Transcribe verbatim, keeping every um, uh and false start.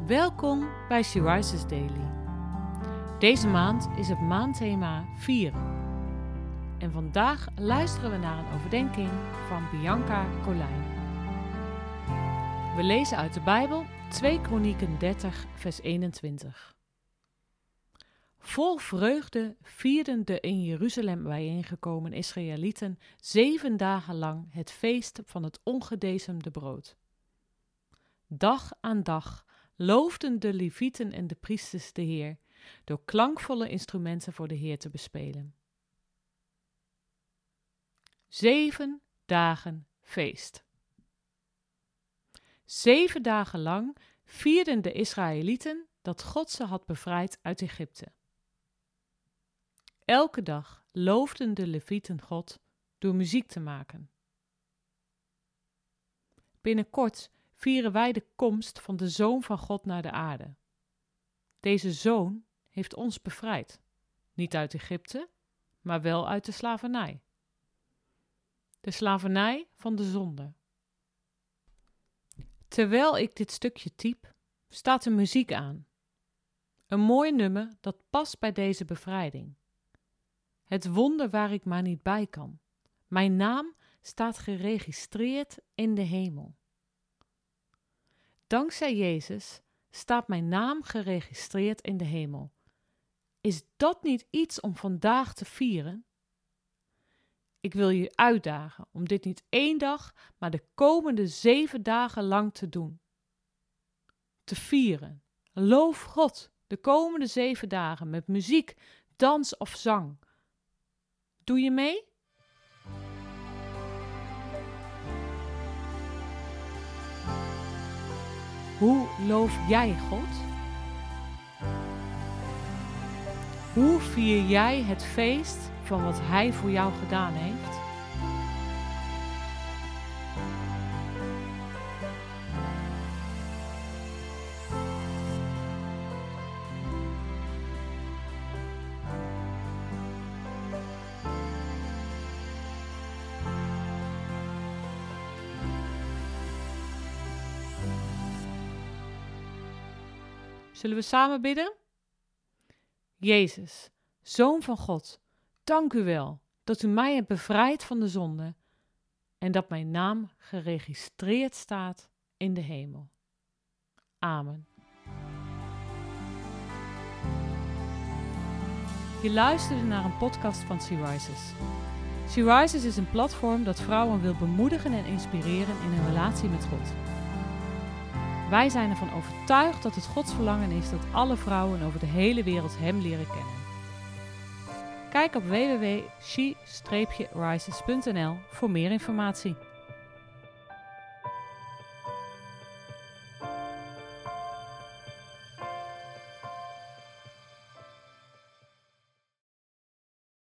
Welkom bij She Rises Daily. Deze maand is het maandthema Vieren. En vandaag luisteren we naar een overdenking van Bianca Colijn. We lezen uit de Bijbel twee Kronieken dertig vers eenentwintig. Vol vreugde vierden de in Jeruzalem bijeengekomen Israëlieten zeven dagen lang het feest van het ongedezemde brood. Dag aan dag loofden de Levieten en de priesters de Heer door klankvolle instrumenten voor de Heer te bespelen. Zeven dagen feest. Zeven dagen lang vierden de Israëlieten dat God ze had bevrijd uit Egypte. Elke dag loofden de Levieten God door muziek te maken. Binnenkort vieren wij de komst van de Zoon van God naar de aarde. Deze Zoon heeft ons bevrijd, niet uit Egypte, maar wel uit de slavernij. De slavernij van de zonde. Terwijl ik dit stukje typ, staat er muziek aan. Een mooi nummer dat past bij deze bevrijding. Het wonder waar ik maar niet bij kan. Mijn naam staat geregistreerd in de hemel. Dankzij Jezus staat mijn naam geregistreerd in de hemel. Is dat niet iets om vandaag te vieren? Ik wil je uitdagen om dit niet één dag, maar de komende zeven dagen lang te doen. Te vieren. Loof God de komende zeven dagen met muziek, dans of zang. Doe je mee? Hoe loof jij God? Hoe vier jij het feest van wat Hij voor jou gedaan heeft? Zullen we samen bidden? Jezus, Zoon van God, dank u wel dat u mij hebt bevrijd van de zonde en dat mijn naam geregistreerd staat in de hemel. Amen. Je luisterde naar een podcast van She Rises. She Rises is een platform dat vrouwen wil bemoedigen en inspireren in hun relatie met God. Wij zijn ervan overtuigd dat het Gods verlangen is dat alle vrouwen over de hele wereld Hem leren kennen. Kijk op w w w punt she rises punt n l voor meer informatie.